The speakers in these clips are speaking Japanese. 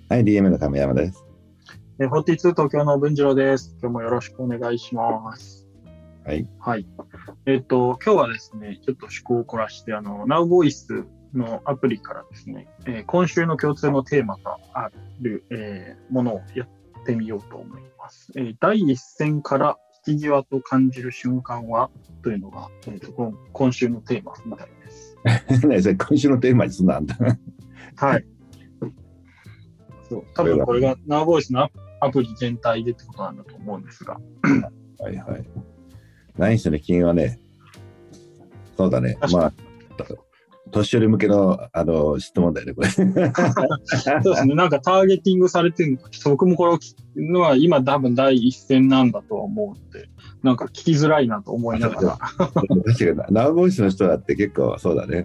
はい、DM の亀山です。 42東京の文次郎です。今日もよろしくお願いします。 はい。 はい。今日はですね、ちょっと趣向を凝らして、NowVoice のアプリからですね、今週の共通のテーマがある、ものをやってみようと思います。第一線から引き際と感じる瞬間はというのが、今週のテーマみたいです。 ね、それ今週のテーマにすんなんだ。 はい。そう、多分これが NowVoice のアプリ全体でってことなんだと思うんですが。 はいはい。何しろ金はね、そうだね。まあ、年寄り向けの質問だよね、これ。そうですね。なんかターゲティングされてるのか、僕もこれを聞くのは今多分第一線なんだとは思うので、なんか聞きづらいなと思いながら。 確かに、ナウボイスの人だって結構そうだね。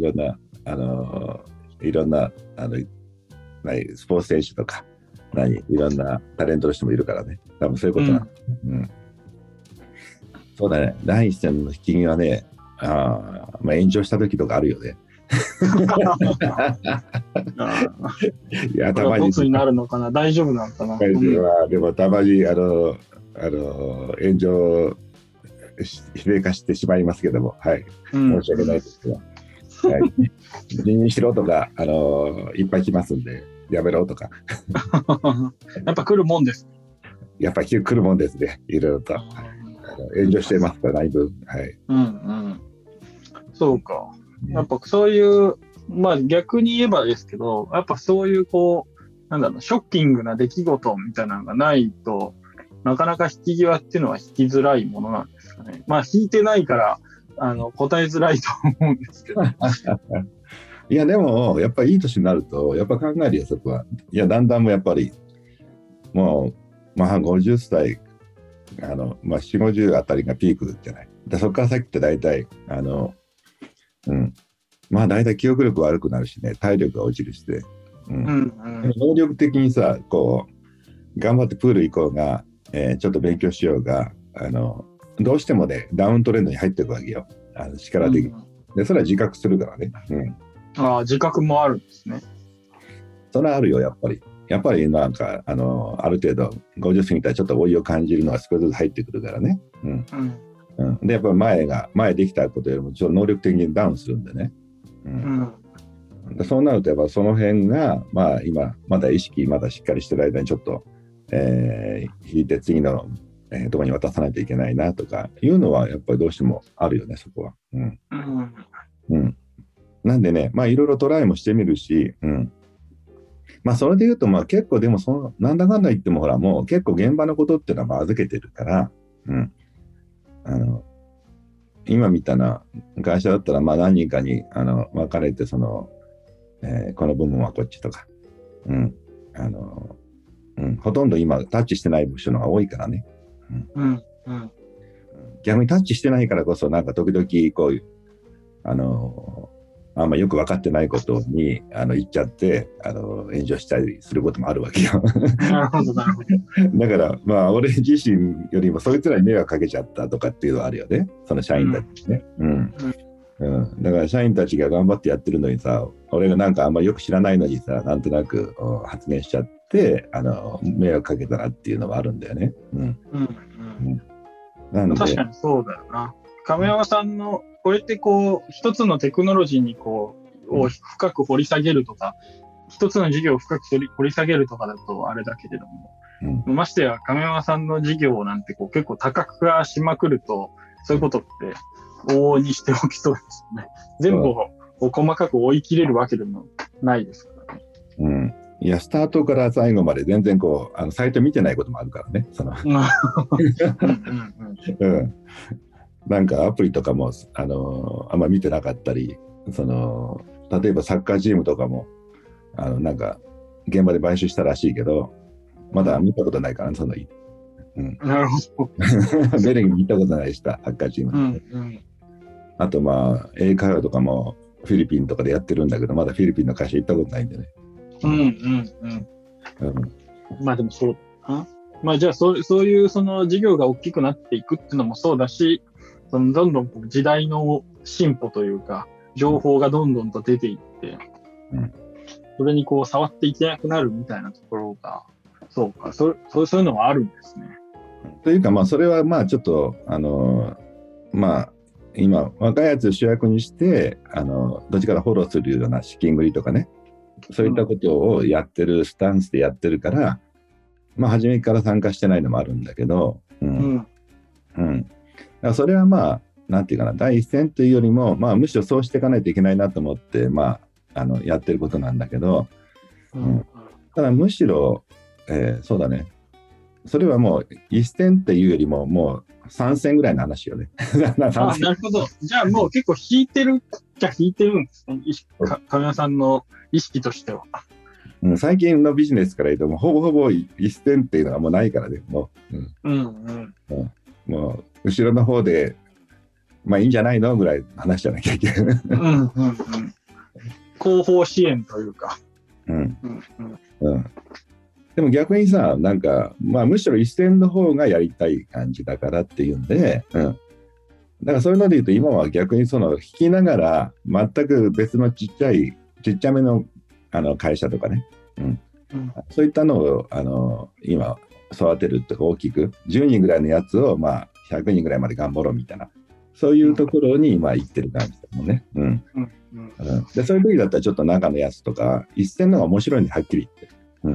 いろんな、スポーツ選手とか、いろんなタレントの人もいるからね。多分そういうことなの。そうだね。第一線の引き際ね、炎上した時とかあるよね。 いや、たまに。ボツになるのかな、大丈夫なのかな。 でもたまに炎上非例化してしまいますけども、はい、申し訳ないですけど、はい、辞任しろとかいっぱい来ますんで、やめろとか。 やっぱ来るもんです。 やっぱり来るもんですね、いろいろと。炎上してますから、だいぶ。はい。 そうか。やっぱそういう、まあ逆に言えばですけど、やっぱそういうショッキングな出来事みたいなのがないと、なかなか引き際っていうのは引きづらいものなんですかね。まあ引いてないから、答えづらいと思うんですけど。 いや、でも、やっぱりいい年になると、やっぱ考えるよ、そこは。いや、だんだんもやっぱり、もう、まあ50歳、4、50あたりがピークじゃない。でそこから先って大体、まあ大体記憶力悪くなるしね、体力が落ちるしで、能力的にさ、こう、頑張ってプール行こうが、ちょっと勉強しようが、どうしてもね、ダウントレンドに入っていくわけよ。力的に。で、それは自覚するからね。 自覚もあるんですね。 それはあるよ、やっぱり。やっぱりなんか、ある程度、50過ぎたらちょっと老いを感じるのが少しずつ入ってくるからね。で、やっぱり前できたことよりもちょっと能力的にダウンするんでね。でそうなると、やっぱその辺が、まあ今、まだ意識、まだしっかりしてる間にちょっと、引いて次の、ところに渡さないといけないなとかいうのは、やっぱりどうしてもあるよね、そこは。なんでね、まあいろいろトライもしてみるし、まあそれで言うと、まあ結構でもなんだかんだ言ってもほら、もう結構現場のことっていうのはまあ預けてるから、今みたいな会社だったら、まあ何人かに分かれて、この部門はこっちとか、ほとんど今タッチしてない部署の方が多いからね。逆にタッチしてないからこそ、なんか時々こういう、あんまよく分かってないことに言っちゃって炎上したりすることもあるわけよ。 なるほどなるほど。 だからまあ俺自身よりもそいつらに迷惑かけちゃったとかっていうのはあるよね、その社員たちね。だから社員たちが頑張ってやってるのにさ、俺がなんかあんまりよく知らないのにさ、なんとなく発言しちゃって迷惑かけたなっていうのはあるんだよね。 なので確かにそうだよな。亀山さんのこれってこう一つのテクノロジーにこうを深く掘り下げるとか、一つの事業を深く掘り下げるとかだとあれだけれども、ましてや亀山さんの事業なんてこう結構多角化しまくると、そういうことって往々にしておきそうですね。全部を細かく追い切れるわけでもないですからね。 いや、スタートから最後まで全然こうサイト見てないこともあるからね。なんかアプリとかもあんま見てなかったり、例えばサッカーチームとかもなんか現場で買収したらしいけど、まだ見たことないからね、 なるほど。ベルギー見たことないし、サッカーチーム、あとまあ英会話とかもフィリピンとかでやってるんだけど、まだフィリピンの会社行ったことないんでね。 まあでもそうだな。まあじゃあそういうその事業が大きくなっていくっていうのもそうだし、どんどん時代の進歩というか情報がどんどんと出ていって、 それにこう触っていけなくなるみたいなところが、そうか、そういうのはあるんですね。 というか、まあ、それはまあちょっとまあ今若いやつを主役にしてどっちからフォローするような資金繰りとかね、そういったことをやってるスタンスでやってるから、まあ初めから参加してないのもあるんだけど、だからそれはまあなんていうかな、第一線というよりも、まあむしろそうしていかないといけないなと思って、まあやってることなんだけど、ただむしろ、そうだね。それはもう1戦っていうよりももう3戦ぐらいの話よね。 なるほど。じゃあもう結構引いてるじゃ引いてるんですね。亀山さんの意識としては。 最近のビジネスから言うともうほぼほぼ1戦っていうのはもうないからね。もう後ろの方でまあいいんじゃないのぐらいの話じゃなきゃいけない。 後方支援というか。 でも逆にさ、なんか、まあむしろ一戦の方がやりたい感じだからっていうんで、だからそういうので言うと今は逆にその弾きながら全く別のちっちゃめの会社とかね、そういったのを今育てるって大きく10人ぐらいのやつをまあ100人ぐらいまで頑張ろうみたいな、そういうところに今行ってる感じだもんね。でそういう時だったらちょっと中のやつとか一戦の方が面白いんではっきり言って。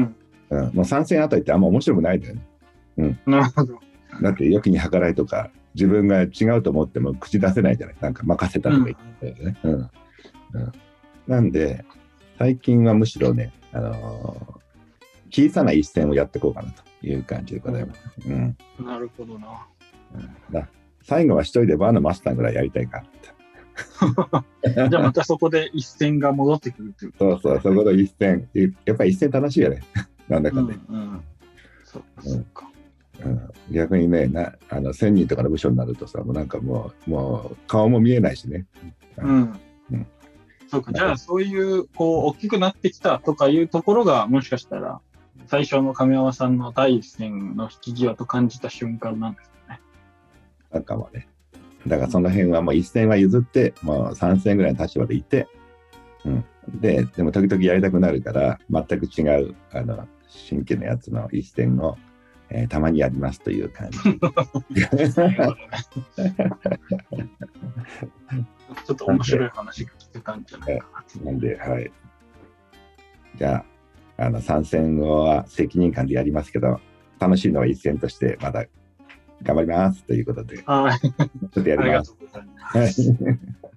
もう3戦あたりってあんま面白くないんだよね。 なるほど。 だって良きに計らいとか自分が違うと思っても口出せないじゃない。なんか任せたとか言ってね。なんで最近はむしろね、小さな一戦をやっていこうかなという感じでございます。 なるほどな。 最後は一人でバーのマスターぐらいやりたいかって。 じゃあまたそこで一戦が戻ってくるという。 そう、そこで一戦。やっぱり一戦楽しいよね。なんだかんだ。 そうか。 逆にね、1000人とかの部署になるとさ、もうなんかもう顔も見えないしね。 そうか。じゃあそういうこう大きくなってきたとかいうところがもしかしたら最初の亀山さんの第一線の引き際と感じた瞬間なんですかね。 なんかもね。だからその辺はもう一線は譲って、もう3戦ぐらいの立場でいて、でも時々やりたくなるから全く違う新規のやつの一戦を、たまにやりますという感じ。ちょっと面白い話が聞けたんじゃないかな。 なんで、はい。じゃあ参戦は責任感でやりますけど、楽しいのは一戦としてまだ頑張りますということで、ちょっとやります。 ありがとうございます。